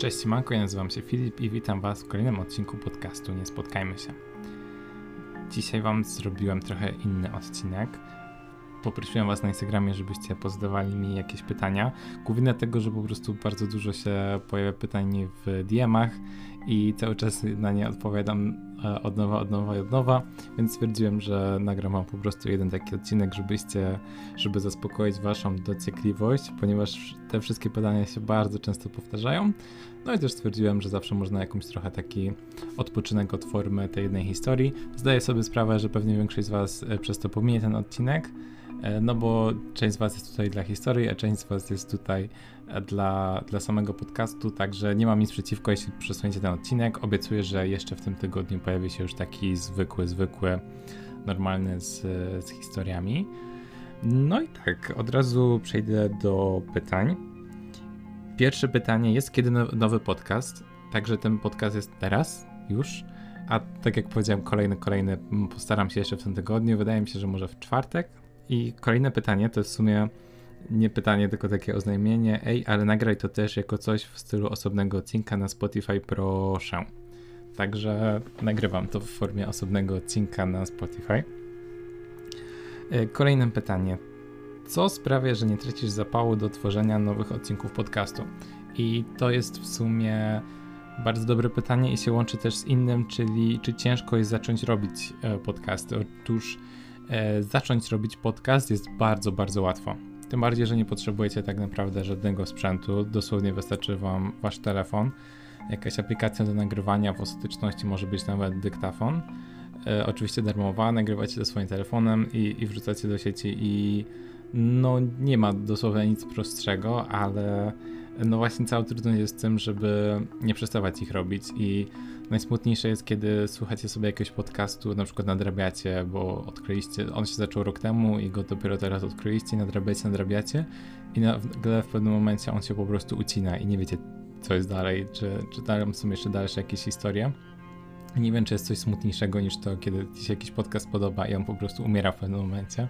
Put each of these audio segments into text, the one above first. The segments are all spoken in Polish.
Cześć, siemanko, ja nazywam się Filip i witam Was w kolejnym odcinku podcastu Nie Spotkajmy się. Dzisiaj Wam zrobiłem trochę inny odcinek. Poprosiłem Was na Instagramie, żebyście pozadawali mi jakieś pytania. Głównie dlatego, że po prostu bardzo dużo się pojawia pytań w DM-ach i cały czas na nie odpowiadam od nowa, więc stwierdziłem, że nagram Wam po prostu jeden taki odcinek, żeby zaspokoić Waszą dociekliwość, ponieważ te wszystkie pytania się bardzo często powtarzają. No i też stwierdziłem, że zawsze można jakąś trochę taki odpoczynek od formy tej jednej historii. Zdaję sobie sprawę, że pewnie większość z Was przez to pominie ten odcinek, no bo część z Was jest tutaj dla historii, a część z Was jest tutaj dla samego podcastu, także nie mam nic przeciwko, jeśli przesuniecie ten odcinek. Obiecuję, że jeszcze w tym tygodniu pojawi się już taki zwykły, normalny z historiami. No i tak, od razu przejdę do pytań. Pierwsze pytanie jest, kiedy nowy podcast? Także ten podcast jest teraz, już. A tak jak powiedziałem, kolejny postaram się jeszcze w tym tygodniu. Wydaje mi się, że może w czwartek. I kolejne pytanie to jest w sumie nie pytanie, tylko takie oznajmienie. Ej, ale nagraj to też jako coś w stylu osobnego odcinka na Spotify, proszę. Także nagrywam to w formie osobnego odcinka na Spotify. Kolejne pytanie. Co sprawia, że nie tracisz zapału do tworzenia nowych odcinków podcastu? I to jest w sumie bardzo dobre pytanie i się łączy też z innym, czyli czy ciężko jest zacząć robić podcasty? Otóż zacząć robić podcast jest bardzo, bardzo łatwo. Tym bardziej, że nie potrzebujecie tak naprawdę żadnego sprzętu. Dosłownie wystarczy Wam Wasz telefon, jakaś aplikacja do nagrywania, w ostateczności może być nawet dyktafon. Oczywiście darmowa, nagrywacie to swoim telefonem i wrzucacie do sieci i no nie ma dosłownie nic prostszego, ale no właśnie cała trudność jest w tym, żeby nie przestawać ich robić i najsmutniejsze jest, kiedy słuchacie sobie jakiegoś podcastu, na przykład nadrabiacie, bo odkryliście, on się zaczął rok temu i go dopiero teraz odkryliście, nadrabiacie i nagle w pewnym momencie on się po prostu ucina i nie wiecie, co jest dalej, czy tam są jeszcze dalsze jakieś historie. Nie wiem, czy jest coś smutniejszego niż to, kiedy ci się jakiś podcast podoba i on po prostu umiera w pewnym momencie.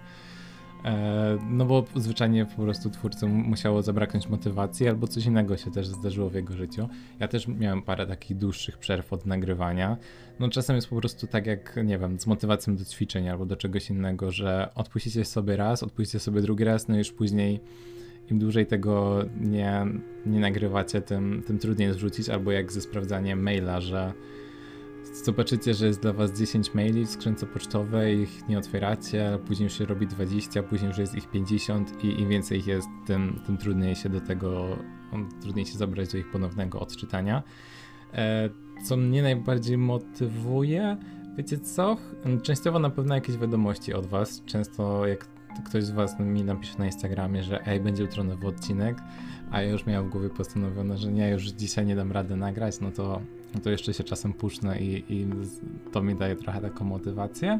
No bo zwyczajnie po prostu twórcy musiało zabraknąć motywacji albo coś innego się też zdarzyło w jego życiu. Ja też miałem parę takich dłuższych przerw od nagrywania. No czasem jest po prostu tak jak, nie wiem, z motywacją do ćwiczeń albo do czegoś innego, że odpuścicie sobie raz, odpuścicie sobie drugi raz, no już później im dłużej tego nie nagrywacie, tym trudniej jest wrzucić, albo jak ze sprawdzaniem maila, że zobaczycie, że jest dla Was 10 maili w skrzynce pocztowej, ich nie otwieracie, później już się robi 20, później już jest ich 50 i im więcej ich jest, tym trudniej się trudniej się zabrać do ich ponownego odczytania. Co mnie najbardziej motywuje, wiecie co? Częściowo na pewno jakieś wiadomości od Was. Często jak ktoś z Was mi napisze na Instagramie, że będzie jutro nowy odcinek, a ja już miałem w głowie postanowione, że nie, już dzisiaj nie dam rady nagrać, no to jeszcze się czasem puszczę i to mi daje trochę taką motywację,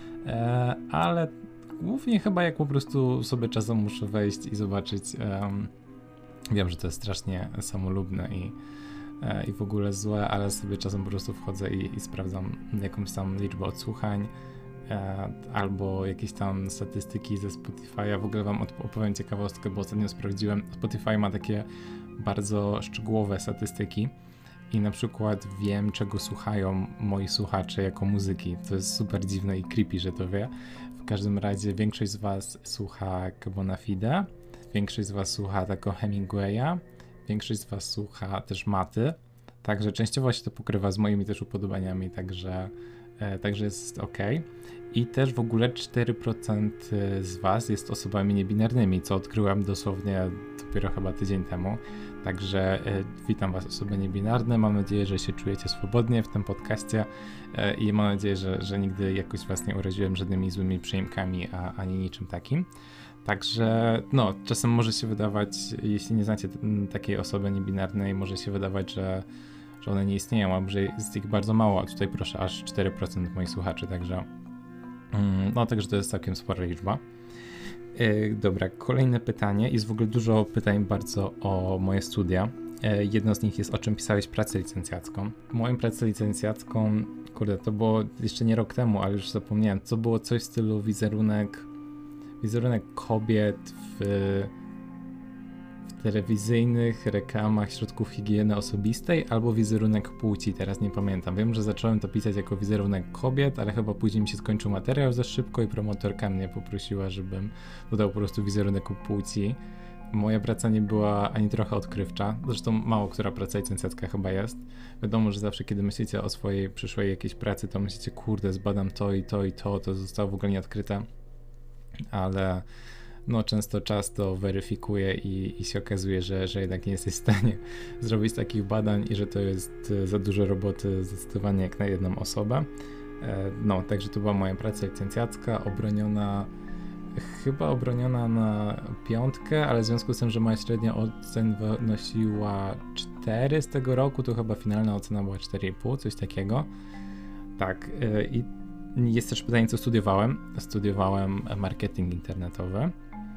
ale głównie chyba jak po prostu sobie czasem muszę wejść i zobaczyć, wiem, że to jest strasznie samolubne i w ogóle złe, ale sobie czasem po prostu wchodzę i sprawdzam jakąś tam liczbę odsłuchań, albo jakieś tam statystyki ze Spotify'a. W ogóle Wam opowiem ciekawostkę, bo ostatnio sprawdziłem, Spotify ma takie bardzo szczegółowe statystyki i na przykład wiem, czego słuchają moi słuchacze jako muzyki. To jest super dziwne i creepy, że to wie. W każdym razie większość z Was słucha Bona Fide, większość z Was słucha takiego Hemingwaya, większość z Was słucha też Maty, także częściowo się to pokrywa z moimi też upodobaniami, także jest ok. I też w ogóle 4% z Was jest osobami niebinarnymi, co odkryłem dosłownie dopiero chyba tydzień temu. Także witam Was, osoby niebinarne. Mam nadzieję, że się czujecie swobodnie w tym podcaście i mam nadzieję, że nigdy jakoś Was nie uraziłem żadnymi złymi przyimkami ani niczym takim. Także no, czasem może się wydawać, jeśli nie znacie takiej osoby niebinarnej, może się wydawać, że one nie istnieją, albo że jest ich bardzo mało, a tutaj proszę, aż 4% moich słuchaczy, także także to jest całkiem spora liczba. Dobra, kolejne pytanie. Jest w ogóle dużo pytań bardzo o moje studia. Jedno z nich jest, o czym pisałeś pracę licencjacką. Moją pracę licencjacką, kurde, to było jeszcze nie rok temu, ale już zapomniałem, to było coś w stylu wizerunek kobiet w telewizyjnych reklamach środków higieny osobistej albo wizerunek płci, teraz nie pamiętam. Wiem, że zacząłem to pisać jako wizerunek kobiet, ale chyba później mi się skończył materiał za szybko i promotorka mnie poprosiła, żebym dodał po prostu wizerunek płci. Moja praca nie była ani trochę odkrywcza, zresztą mało która praca licencjacka chyba jest. Wiadomo, że zawsze kiedy myślicie o swojej przyszłej jakiejś pracy, to myślicie, kurde, zbadam to i to i to zostało w ogóle nieodkryte, ale no często czas to weryfikuje i się okazuje, że jednak nie jesteś w stanie zrobić takich badań i że to jest za dużo roboty zdecydowanie jak na jedną osobę. No, także to była moja praca licencjacka, chyba obroniona na 5, ale w związku z tym, że moja średnia ocen wynosiła 4 z tego roku, to chyba finalna ocena była 4,5, coś takiego. Tak, i jest też pytanie, co studiowałem. Studiowałem marketing internetowy.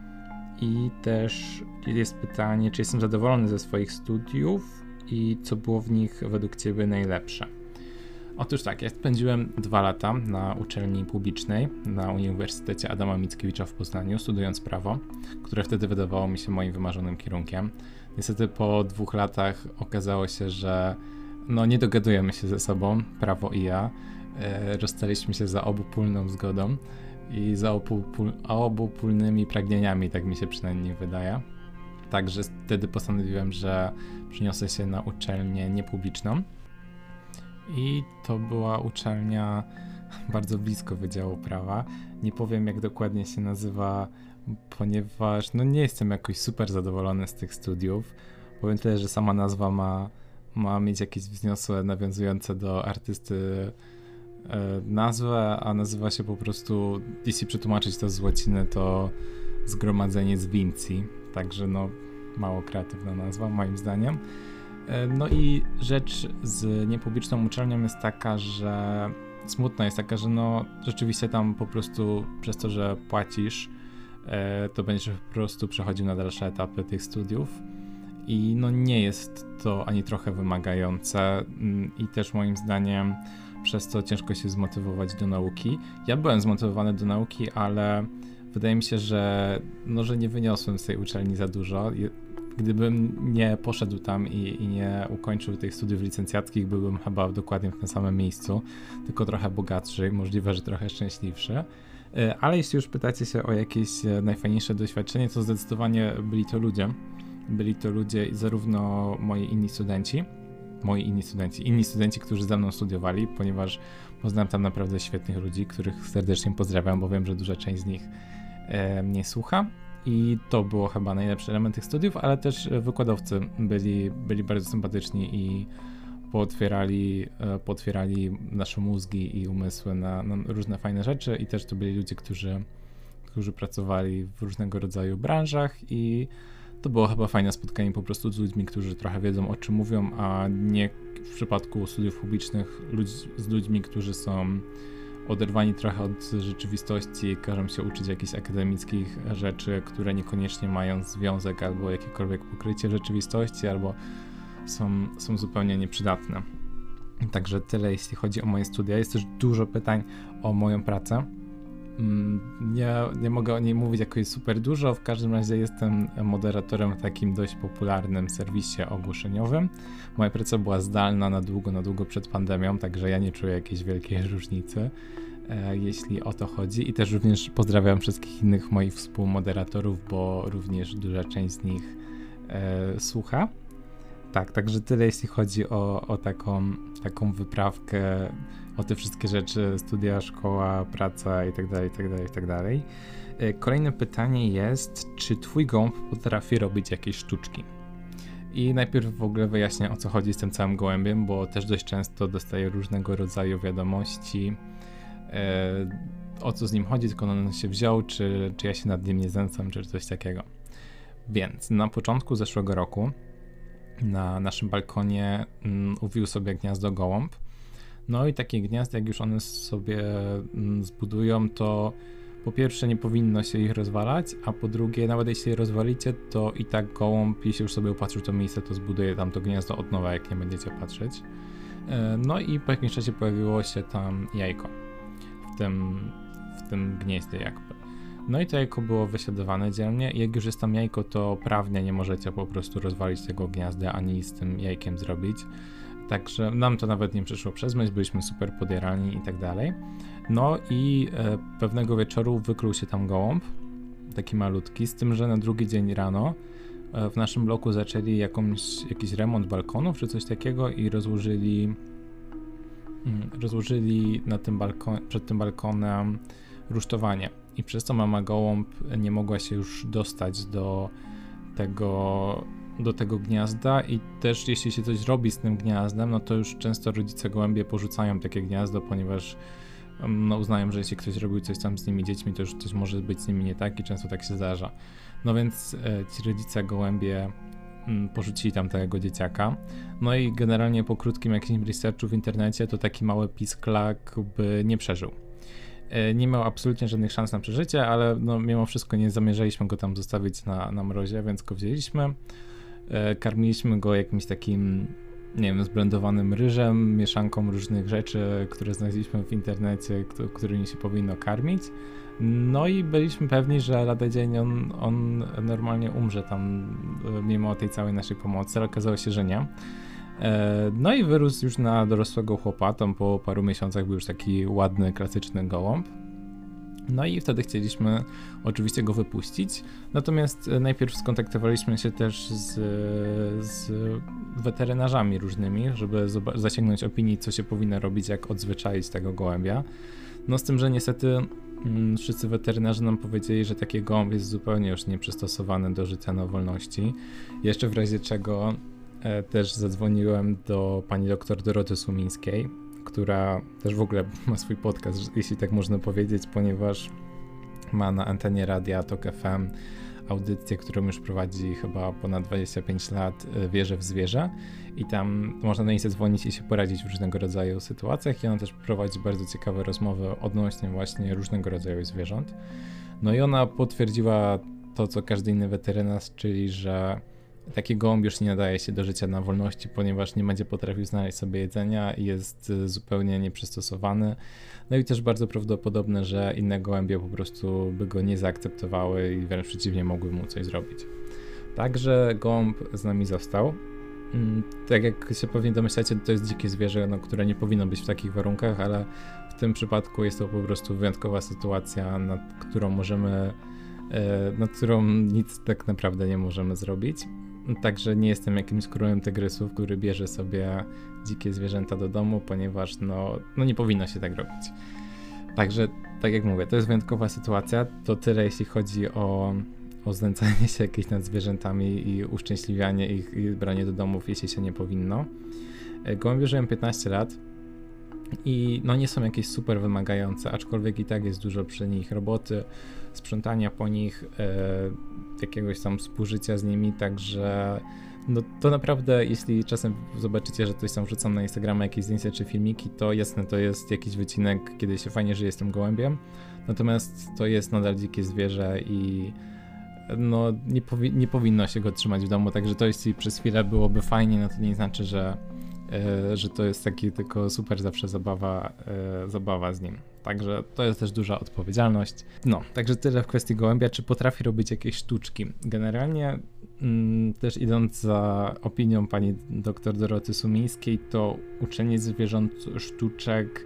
I też jest pytanie, czy jestem zadowolony ze swoich studiów i co było w nich według Ciebie najlepsze. Otóż tak, ja spędziłem 2 lata na uczelni publicznej na Uniwersytecie Adama Mickiewicza w Poznaniu, studiując prawo, które wtedy wydawało mi się moim wymarzonym kierunkiem. Niestety po 2 latach okazało się, że nie dogadujemy się ze sobą, prawo i ja. Rozstaliśmy się za obopólną zgodą i za obopólnymi pragnieniami, tak mi się przynajmniej wydaje. Także wtedy postanowiłem, że przeniosę się na uczelnię niepubliczną. I to była uczelnia bardzo blisko Wydziału Prawa. Nie powiem, jak dokładnie się nazywa, ponieważ nie jestem jakoś super zadowolony z tych studiów. Powiem tyle, że sama nazwa ma mieć jakieś wzniosłe, nawiązujące do artysty nazwę, a nazywa się po prostu, jeśli przetłumaczyć to z łaciny, to Zgromadzenie z Vinci. Także mało kreatywna nazwa, moim zdaniem. No i rzecz z niepubliczną uczelnią jest taka, że smutna jest taka, że rzeczywiście tam po prostu przez to, że płacisz, to będziesz po prostu przechodził na dalsze etapy tych studiów i nie jest to ani trochę wymagające i też moim zdaniem przez to ciężko się zmotywować do nauki. Ja byłem zmotywowany do nauki, ale wydaje mi się, że nie wyniosłem z tej uczelni za dużo. Gdybym nie poszedł tam i nie ukończył tych studiów licencjackich, byłbym chyba dokładnie w tym samym miejscu, tylko trochę bogatszy, możliwe, że trochę szczęśliwszy. Ale jeśli już pytacie się o jakieś najfajniejsze doświadczenie, to zdecydowanie byli to ludzie. Byli to ludzie zarówno inni studenci, którzy ze mną studiowali, ponieważ poznałem tam naprawdę świetnych ludzi, których serdecznie pozdrawiam, bo wiem, że duża część z nich mnie słucha. I to było chyba najlepszy element tych studiów, ale też wykładowcy byli bardzo sympatyczni i pootwierali nasze mózgi i umysły na różne fajne rzeczy i też to byli ludzie, którzy pracowali w różnego rodzaju branżach i to było chyba fajne spotkanie po prostu z ludźmi, którzy trochę wiedzą, o czym mówią, a nie w przypadku studiów publicznych z ludźmi, którzy są oderwani trochę od rzeczywistości, każą się uczyć jakichś akademickich rzeczy, które niekoniecznie mają związek albo jakiekolwiek pokrycie w rzeczywistości, albo są zupełnie nieprzydatne. Także tyle, jeśli chodzi o moje studia. Jest też dużo pytań o moją pracę. Nie mogę o niej mówić jakoś super dużo, w każdym razie jestem moderatorem w takim dość popularnym serwisie ogłoszeniowym. Moja praca była zdalna na długo przed pandemią, także ja nie czuję jakiejś wielkiej różnicy, jeśli o to chodzi. I też również pozdrawiam wszystkich innych moich współmoderatorów, bo również duża część z nich słucha. Tak, także tyle jeśli chodzi o taką wyprawkę, o te wszystkie rzeczy, studia, szkoła, praca itd. Kolejne pytanie jest, czy twój gołąb potrafi robić jakieś sztuczki? I najpierw w ogóle wyjaśnię, o co chodzi z tym całym gołębiem, bo też dość często dostaję różnego rodzaju wiadomości, o co z nim chodzi, skąd on się wziął, czy ja się nad nim nie znęcam, czy coś takiego. Więc na początku zeszłego roku na naszym balkonie uwił sobie gniazdo gołąb. No i takie gniazda, jak już one sobie zbudują, to po pierwsze nie powinno się ich rozwalać, a po drugie, nawet jeśli je rozwalicie, to i tak gołąb, jeśli już sobie upatrzył to miejsce, to zbuduje tam to gniazdo od nowa, jak nie będziecie patrzeć. No i po jakimś czasie pojawiło się tam jajko w tym gnieździe jakby. No i to jajko było wysiadowane dzielnie i jak już jest tam jajko, to prawnie nie możecie po prostu rozwalić tego gniazda ani z tym jajkiem zrobić. Także nam to nawet nie przyszło przez myśl, byliśmy super podjarani i tak dalej. No i pewnego wieczoru wykluł się tam gołąb, taki malutki, z tym, że na drugi dzień rano w naszym bloku zaczęli jakiś remont balkonów czy coś takiego i rozłożyli na tym przed tym balkonem rusztowanie. I przez to mama gołąb nie mogła się już dostać do tego gniazda i też jeśli się coś robi z tym gniazdem, no to już często rodzice gołębie porzucają takie gniazdo, ponieważ uznają, że jeśli ktoś robił coś tam z tymi dziećmi, to już coś może być z nimi nie tak i często tak się zdarza. No więc ci rodzice gołębie porzucili tam tego dzieciaka. No i generalnie po krótkim jakimś researchu w internecie to taki mały pisklak by nie przeżył. Nie miał absolutnie żadnych szans na przeżycie, ale no mimo wszystko nie zamierzaliśmy go tam zostawić na mrozie, więc go wzięliśmy. Karmiliśmy go jakimś takim, nie wiem, zblendowanym ryżem, mieszanką różnych rzeczy, które znaleźliśmy w internecie, którymi się powinno karmić. No i byliśmy pewni, że lada dzień on normalnie umrze tam mimo tej całej naszej pomocy, ale okazało się, że nie. No i wyrósł już na dorosłego chłopa, tam po paru miesiącach był już taki ładny, klasyczny gołąb. No i wtedy chcieliśmy oczywiście go wypuścić, natomiast najpierw skontaktowaliśmy się też z weterynarzami różnymi, żeby zasięgnąć opinii, co się powinno robić, jak odzwyczaić tego gołębia. No z tym, że niestety wszyscy weterynarze nam powiedzieli, że taki gołąb jest zupełnie już nieprzystosowany do życia na wolności. Jeszcze w razie czego też zadzwoniłem do pani doktor Doroty Sumińskiej, która też w ogóle ma swój podcast, jeśli tak można powiedzieć, ponieważ ma na antenie radia TOK FM audycję, którą już prowadzi chyba ponad 25 lat, Wierzę w zwierzę, i tam można do niej zadzwonić i się poradzić w różnego rodzaju sytuacjach i ona też prowadzi bardzo ciekawe rozmowy odnośnie właśnie różnego rodzaju zwierząt. No i ona potwierdziła to, co każdy inny weterynarz, czyli że taki gołąb już nie nadaje się do życia na wolności, ponieważ nie będzie potrafił znaleźć sobie jedzenia i jest zupełnie nieprzystosowany. No i też bardzo prawdopodobne, że inne gołębie po prostu by go nie zaakceptowały i wręcz przeciwnie, mogły mu coś zrobić. Także gołąb z nami został. Tak jak się pewnie domyślacie, to jest dzikie zwierzę, które nie powinno być w takich warunkach, ale w tym przypadku jest to po prostu wyjątkowa sytuacja, nad którą nic tak naprawdę nie możemy zrobić. Także nie jestem jakimś królem tygrysów, który bierze sobie dzikie zwierzęta do domu, ponieważ nie powinno się tak robić. Także, tak jak mówię, to jest wyjątkowa sytuacja. To tyle, jeśli chodzi o znęcanie się jakieś nad zwierzętami i uszczęśliwianie ich i branie do domów, jeśli się nie powinno. Gołębie żyją 15 lat i nie są jakieś super wymagające, aczkolwiek i tak jest dużo przy nich roboty, sprzątania po nich, jakiegoś tam współżycia z nimi, także to naprawdę, jeśli czasem zobaczycie, że ktoś tam wrzuca na Instagrama jakieś zdjęcia czy filmiki, to jasne, to jest jakiś wycinek, kiedy się fajnie żyje z tym gołębiem, natomiast to jest nadal dzikie zwierzę i nie powinno się go trzymać w domu, także to jeśli przez chwilę byłoby fajnie, to nie znaczy, że to jest taki tylko super zawsze zabawa z nim. Także to jest też duża odpowiedzialność. Także tyle w kwestii gołębia. Czy potrafi robić jakieś sztuczki? Generalnie też idąc za opinią pani dr Doroty Sumińskiej, to uczenie zwierząt sztuczek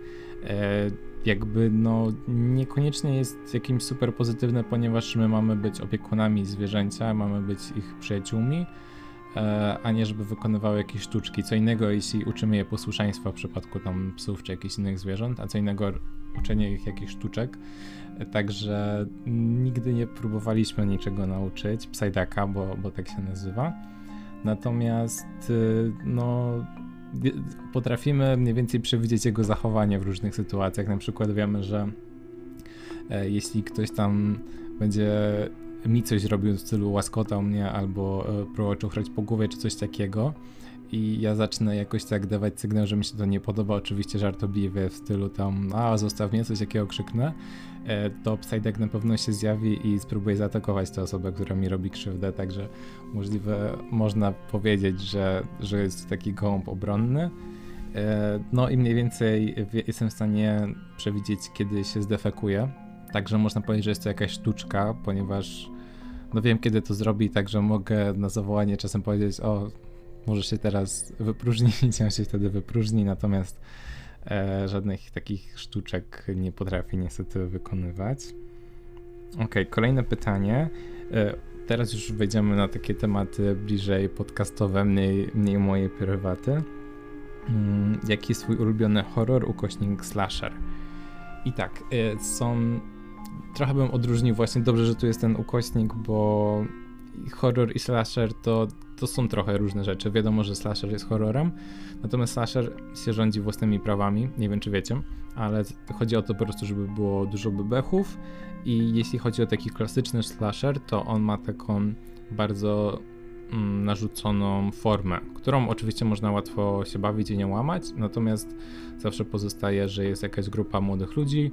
niekoniecznie jest jakimś super pozytywne, ponieważ my mamy być opiekunami zwierzęcia, mamy być ich przyjaciółmi, a nie żeby wykonywały jakieś sztuczki. Co innego, jeśli uczymy je posłuszeństwa w przypadku tam psów czy jakichś innych zwierząt, a co innego uczenie ich jakichś sztuczek. Także nigdy nie próbowaliśmy niczego nauczyć, psajdaka, bo tak się nazywa. Natomiast potrafimy mniej więcej przewidzieć jego zachowanie w różnych sytuacjach. Na przykład wiemy, że jeśli ktoś tam będzie mi coś robił w stylu łaskotał mnie albo próbował czuchrać po głowie czy coś takiego i ja zacznę jakoś tak dawać sygnał, że mi się to nie podoba, oczywiście żartobliwie w stylu tam zostaw mnie, coś takiego krzyknę, to psajdek na pewno się zjawi i spróbuje zaatakować tę osobę, która mi robi krzywdę, także możliwe, można powiedzieć, że jest taki gołąb obronny. I mniej więcej jestem w stanie przewidzieć, kiedy się zdefekuje, Także można powiedzieć, że jest to jakaś sztuczka, ponieważ no wiem, kiedy to zrobi, także mogę na zawołanie czasem powiedzieć, o, możesz się teraz wypróżnić, on się wtedy wypróżni, natomiast żadnych takich sztuczek nie potrafi niestety wykonywać. Okej, kolejne pytanie. Teraz już wejdziemy na takie tematy bliżej podcastowe, mniej moje prywaty. Jaki jest twój ulubiony horror / slasher? I tak, trochę bym odróżnił właśnie, dobrze, że tu jest ten ukośnik, bo horror i slasher to są trochę różne rzeczy. Wiadomo, że slasher jest horrorem, natomiast slasher się rządzi własnymi prawami, nie wiem czy wiecie, ale chodzi o to po prostu, żeby było dużo bebechów i jeśli chodzi o taki klasyczny slasher, to on ma taką bardzo narzuconą formę, którą oczywiście można łatwo się bawić i nie łamać, natomiast zawsze pozostaje, że jest jakaś grupa młodych ludzi,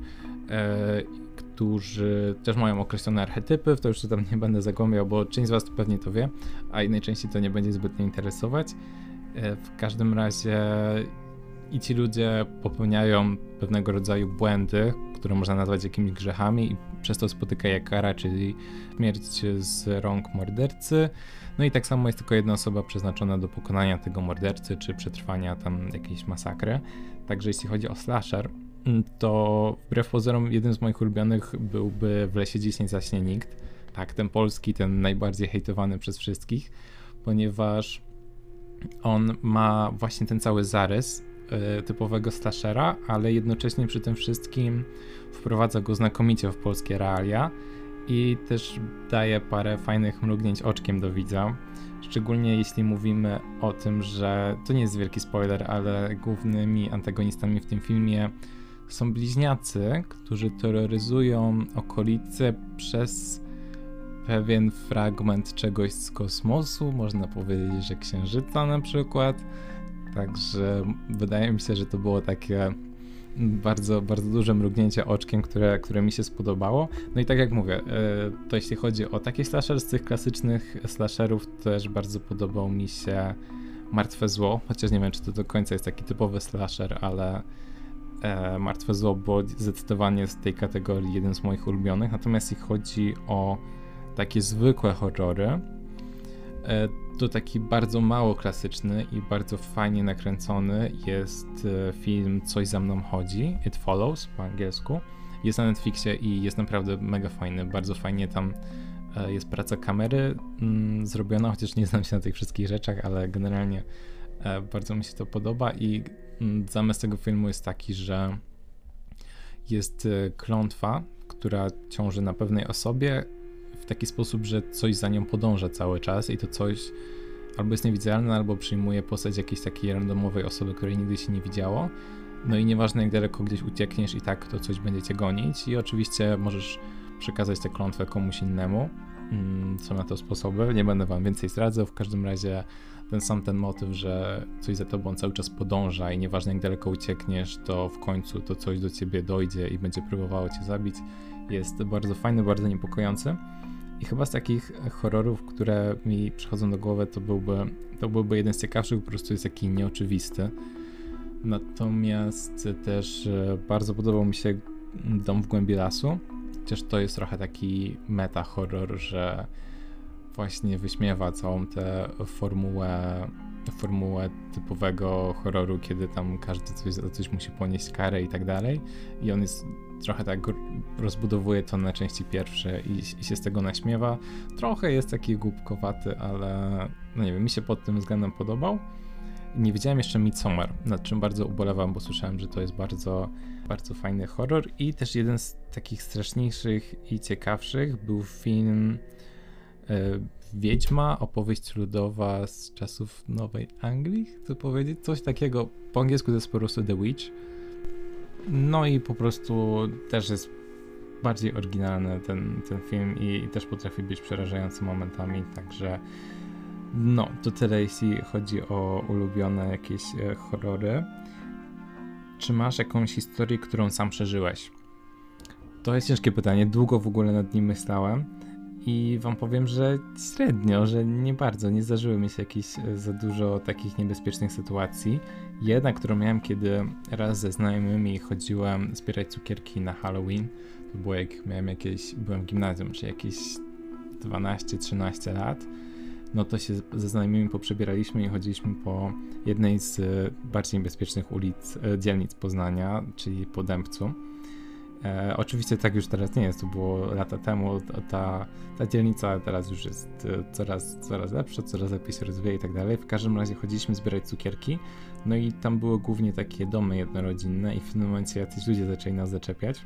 którzy też mają określone archetypy, w to już tam nie będę zagłębiał, bo część z was to pewnie to wie, a innej części to nie będzie zbytnio interesować. W każdym razie i ci ludzie popełniają pewnego rodzaju błędy, które można nazwać jakimiś grzechami i przez to spotyka je kara, czyli śmierć z rąk mordercy. No i tak samo jest tylko jedna osoba przeznaczona do pokonania tego mordercy, czy przetrwania tam jakiejś masakry. Także jeśli chodzi o slasher, to wbrew pozorom jednym z moich ulubionych byłby W lesie dziś nie zaśnie nikt. Tak, ten polski, ten najbardziej hejtowany przez wszystkich, ponieważ on ma właśnie ten cały zarys typowego slashera, ale jednocześnie przy tym wszystkim wprowadza go znakomicie w polskie realia i też daje parę fajnych mrugnięć oczkiem do widza. Szczególnie jeśli mówimy o tym, że to nie jest wielki spoiler, ale głównymi antagonistami w tym filmie są bliźniacy, którzy terroryzują okolice przez pewien fragment czegoś z kosmosu, można powiedzieć, że księżyca na przykład. Także wydaje mi się, że to było takie bardzo, bardzo duże mrugnięcie oczkiem, które mi się spodobało. No i tak jak mówię, to jeśli chodzi o taki slasher z tych klasycznych slasherów, też bardzo podobał mi się Martwe Zło, chociaż nie wiem, czy to do końca jest taki typowy slasher, ale Martwe Zło było zdecydowanie z tej kategorii jeden z moich ulubionych. Natomiast jeśli chodzi o takie zwykłe horrory, to taki bardzo mało klasyczny i bardzo fajnie nakręcony jest film Coś za mną chodzi, It Follows po angielsku. Jest na Netflixie i jest naprawdę mega fajny, bardzo fajnie tam jest praca kamery zrobiona, chociaż nie znam się na tych wszystkich rzeczach, ale generalnie bardzo mi się to podoba i zamysł tego filmu jest taki, że jest klątwa, która ciąży na pewnej osobie w taki sposób, że coś za nią podąża cały czas i to coś albo jest niewidzialne, albo przyjmuje postać jakiejś takiej randomowej osoby, której nigdy się nie widziało. No i nieważne jak daleko gdzieś uciekniesz i tak to coś będzie cię gonić i oczywiście możesz przekazać tę klątwę komuś innemu. Są na to sposoby, nie będę wam więcej zdradzał, w każdym razie ten motyw, że coś za tobą cały czas podąża i nieważne jak daleko uciekniesz, to w końcu to coś do ciebie dojdzie i będzie próbowało cię zabić, jest bardzo fajny, bardzo niepokojący. I chyba z takich horrorów, które mi przychodzą do głowy, to byłby jeden z ciekawszych, po prostu jest taki nieoczywisty. Natomiast też bardzo podobał mi się Dom w głębi lasu, chociaż to jest trochę taki meta horror, że właśnie wyśmiewa całą tę formułę typowego horroru, kiedy tam każdy za coś musi ponieść karę i tak dalej. I on jest trochę tak rozbudowuje to na części pierwsze i się z tego naśmiewa. Trochę jest taki głupkowaty, ale no nie wiem, mi się pod tym względem podobał. Nie widziałem jeszcze Midsommar, nad czym bardzo ubolewam, bo słyszałem, że to jest bardzo, bardzo fajny horror i też jeden z takich straszniejszych i ciekawszych był film Wiedźma, opowieść ludowa z czasów Nowej Anglii, chcę powiedzieć, coś takiego, po angielsku to jest po prostu The Witch. No i po prostu też jest bardziej oryginalny ten film i też potrafi być przerażający momentami, także no, to tyle jeśli chodzi o ulubione jakieś horrory. Czy masz jakąś historię, którą sam przeżyłeś? To jest ciężkie pytanie, długo w ogóle nad nim myślałem i wam powiem, że średnio, że nie bardzo, nie zdarzyły mi się jakieś za dużo takich niebezpiecznych sytuacji. Jedna, którą miałem, kiedy raz ze znajomymi chodziłem zbierać cukierki na Halloween, to było jak byłem w gimnazjum, czy jakieś 12-13 lat, no to się ze znajomymi poprzebieraliśmy i chodziliśmy po jednej z bardziej bezpiecznych dzielnic Poznania, czyli po Dębcu. Oczywiście tak już teraz nie jest, to było lata temu, ta dzielnica teraz już jest coraz lepsza, coraz lepiej się rozwija i tak dalej. W każdym razie chodziliśmy zbierać cukierki, no i tam były głównie takie domy jednorodzinne i w tym momencie jacyś ludzie zaczęli nas zaczepiać.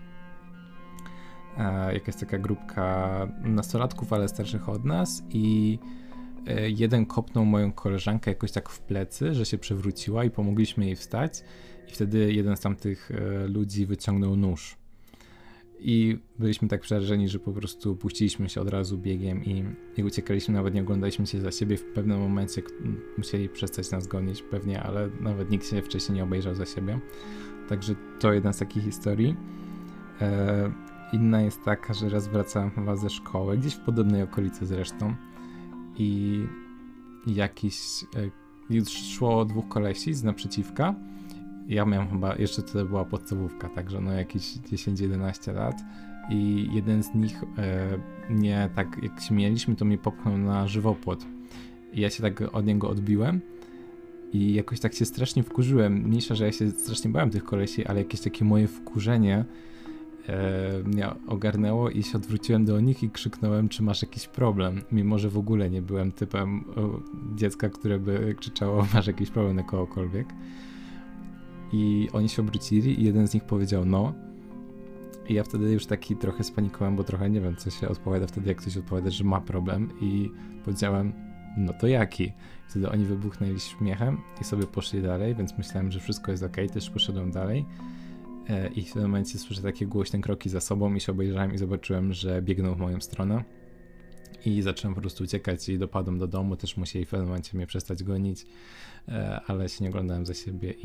Jakaś taka grupka nastolatków, ale starszych od nas i jeden kopnął moją koleżankę jakoś tak w plecy, że się przewróciła i pomogliśmy jej wstać i wtedy jeden z tamtych ludzi wyciągnął nóż. I byliśmy tak przerażeni, że po prostu puściliśmy się od razu biegiem i uciekaliśmy, nawet nie oglądaliśmy się za siebie. W pewnym momencie musieli przestać nas gonić pewnie, ale nawet nikt się wcześniej nie obejrzał za siebie. Także to jedna z takich historii. Inna jest taka, że raz wracałem chyba ze szkoły, gdzieś w podobnej okolicy zresztą i już szło dwóch kolesi z naprzeciwka. Ja miałem chyba, jeszcze wtedy była podstawówka, także no jakieś 10-11 lat i jeden z nich mnie tak jak śmieliśmy, to mnie popchnął na żywopłot i ja się tak od niego odbiłem i jakoś tak się strasznie wkurzyłem, mniejsza, że ja się strasznie bałem tych kolesi, ale jakieś takie moje wkurzenie mnie ogarnęło i się odwróciłem do nich i krzyknąłem, czy masz jakiś problem, mimo że w ogóle nie byłem typem dziecka, które by krzyczało, masz jakiś problem na kogokolwiek. I oni się obrócili i jeden z nich powiedział no. I ja wtedy już taki trochę spanikowałem, bo trochę nie wiem, co się odpowiada wtedy, jak ktoś odpowiada, że ma problem i powiedziałem, no to jaki? Wtedy oni wybuchnęli śmiechem i sobie poszli dalej, więc myślałem, że wszystko jest okej, też poszedłem dalej. I w tym momencie słyszę takie głośne kroki za sobą i się obejrzałem i zobaczyłem, że biegną w moją stronę. I zacząłem po prostu uciekać i dopadłem do domu, też musieli w pewnym momencie mnie przestać gonić, ale się nie oglądałem za siebie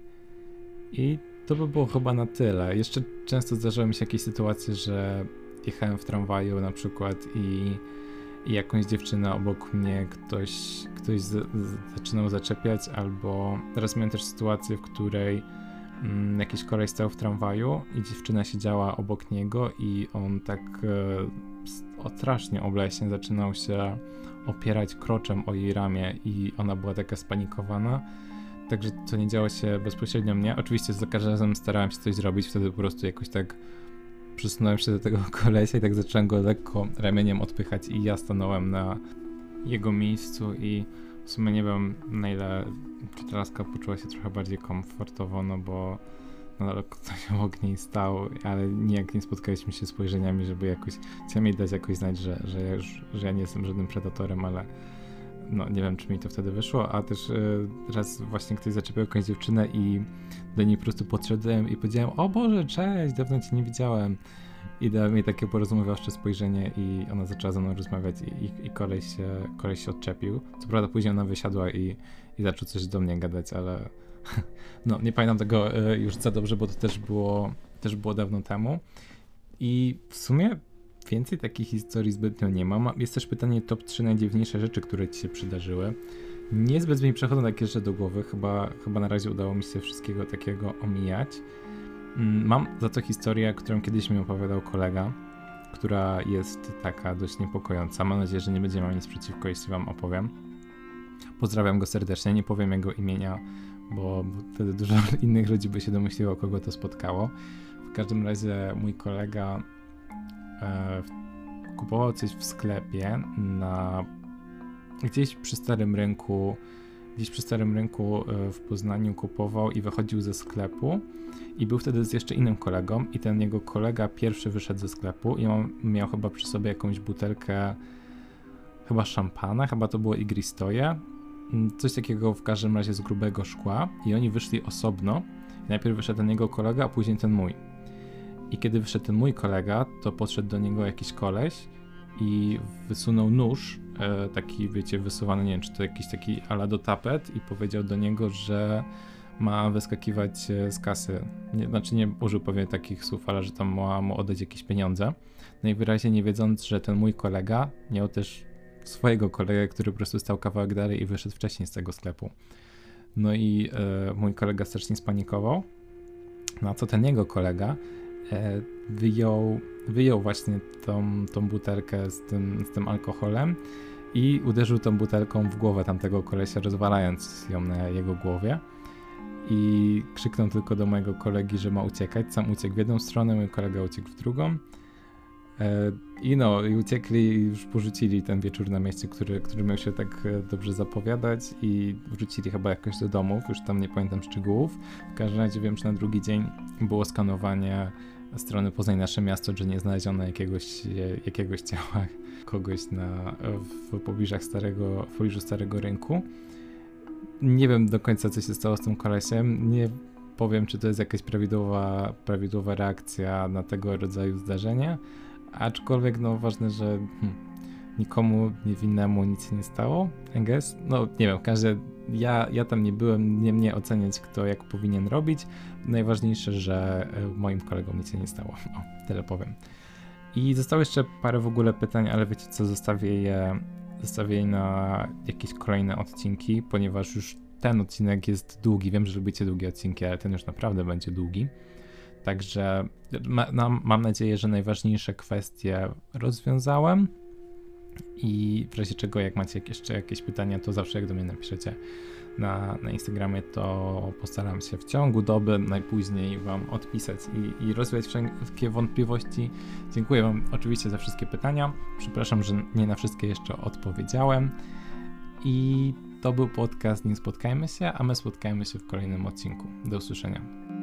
i to by było chyba na tyle. Jeszcze często zdarzały mi się jakieś sytuacje, że jechałem w tramwaju na przykład i jakąś dziewczynę obok mnie ktoś zaczynał zaczepiać, albo teraz miałem też sytuację, w której jakiś koleś stał w tramwaju i dziewczyna siedziała obok niego i on tak strasznie obleśnie zaczynał się opierać kroczem o jej ramię i ona była taka spanikowana. Także to nie działo się bezpośrednio mnie. Oczywiście za każdym razem starałem się coś zrobić, wtedy po prostu jakoś tak przysunąłem się do tego kolesia i tak zacząłem go lekko ramieniem odpychać i ja stanąłem na jego miejscu i w sumie nie wiem, na ile ta laska poczuła się trochę bardziej komfortowo, no bo nadal ktoś obok niej stał, ale nijak nie spotkaliśmy się spojrzeniami, żeby jakoś, chciałem jej dać jakoś znać, że ja nie jestem żadnym predatorem, ale no nie wiem, czy mi to wtedy wyszło, a też raz właśnie ktoś zaczepiał jakąś dziewczynę i do niej po prostu podszedłem i powiedziałem, o Boże, cześć, dawno cię nie widziałem. I dała mi takie porozumiewawcze spojrzenie i ona zaczęła ze mną rozmawiać i koleś się odczepił. Co prawda później ona wysiadła i zaczął coś do mnie gadać, ale no nie pamiętam tego już za dobrze, bo to też było dawno temu. I w sumie więcej takich historii zbytnio nie mam. Jest też pytanie top 3 najdziwniejsze rzeczy, które ci się przydarzyły. Niezbyt mi przechodzą takie rzeczy do głowy, chyba na razie udało mi się wszystkiego takiego omijać. Mam za to historię, którą kiedyś mi opowiadał kolega, która jest taka dość niepokojąca. Mam nadzieję, że nie będzie miał nic przeciwko, jeśli wam opowiem. Pozdrawiam go serdecznie, nie powiem jego imienia, bo wtedy dużo innych ludzi by się domyśliło, kogo to spotkało. W każdym razie mój kolega kupował coś w sklepie gdzieś przy Starym Rynku w Poznaniu kupował i wychodził ze sklepu i był wtedy z jeszcze innym kolegą i ten jego kolega pierwszy wyszedł ze sklepu i on miał chyba przy sobie jakąś butelkę chyba szampana, chyba to było Igristoje, coś takiego w każdym razie z grubego szkła i oni wyszli osobno. Najpierw wyszedł ten jego kolega, a później ten mój. I kiedy wyszedł ten mój kolega, to podszedł do niego jakiś koleś i wysunął nóż, taki wiecie, wysuwany, nie wiem, czy to jakiś taki ala do tapet i powiedział do niego, że ma wyskakiwać z kasy. Nie użył pewnie takich słów, ale że tam ma mu oddać jakieś pieniądze. Najwyraźniej nie wiedząc, że ten mój kolega miał też swojego kolegę, który po prostu stał kawałek dalej i wyszedł wcześniej z tego sklepu. No i mój kolega strasznie spanikował, na co ten jego kolega wyjął właśnie tą butelkę z tym alkoholem i uderzył tą butelką w głowę tamtego kolesia, rozwalając ją na jego głowie. I krzyknął tylko do mojego kolegi, że ma uciekać. Sam uciekł w jedną stronę, mój kolega uciekł w drugą. I uciekli i już porzucili ten wieczór na mieście, który miał się tak dobrze zapowiadać, i wrócili chyba jakoś do domów, już tam nie pamiętam szczegółów. W każdym razie wiem, że na drugi dzień było skanowanie strony Poznań Nasze Miasto, że nie znaleziono jakiegoś ciała kogoś w pobliżu Starego Rynku. Nie wiem do końca, co się stało z tym kolesiem. Nie powiem, czy to jest jakaś prawidłowa reakcja na tego rodzaju zdarzenie, aczkolwiek ważne, że nikomu niewinnemu nic się nie stało, I guess. Nie wiem, ja tam nie byłem, nie mnie oceniać, kto jak powinien robić. Najważniejsze, że moim kolegom nic się nie stało. Tyle powiem. I zostało jeszcze parę w ogóle pytań, ale wiecie co, zostawię je na jakieś kolejne odcinki, ponieważ już ten odcinek jest długi. Wiem, że lubicie długie odcinki, ale ten już naprawdę będzie długi. Także mam nadzieję, że najważniejsze kwestie rozwiązałem, i w razie czego, jak macie jeszcze jakieś pytania, to zawsze jak do mnie napiszecie na Instagramie, to postaram się w ciągu doby najpóźniej wam odpisać i rozwiać wszystkie wątpliwości. Dziękuję wam oczywiście za wszystkie pytania. Przepraszam, że nie na wszystkie jeszcze odpowiedziałem. I to był podcast Nie Spotkajmy się, a my spotkajmy się w kolejnym odcinku. Do usłyszenia.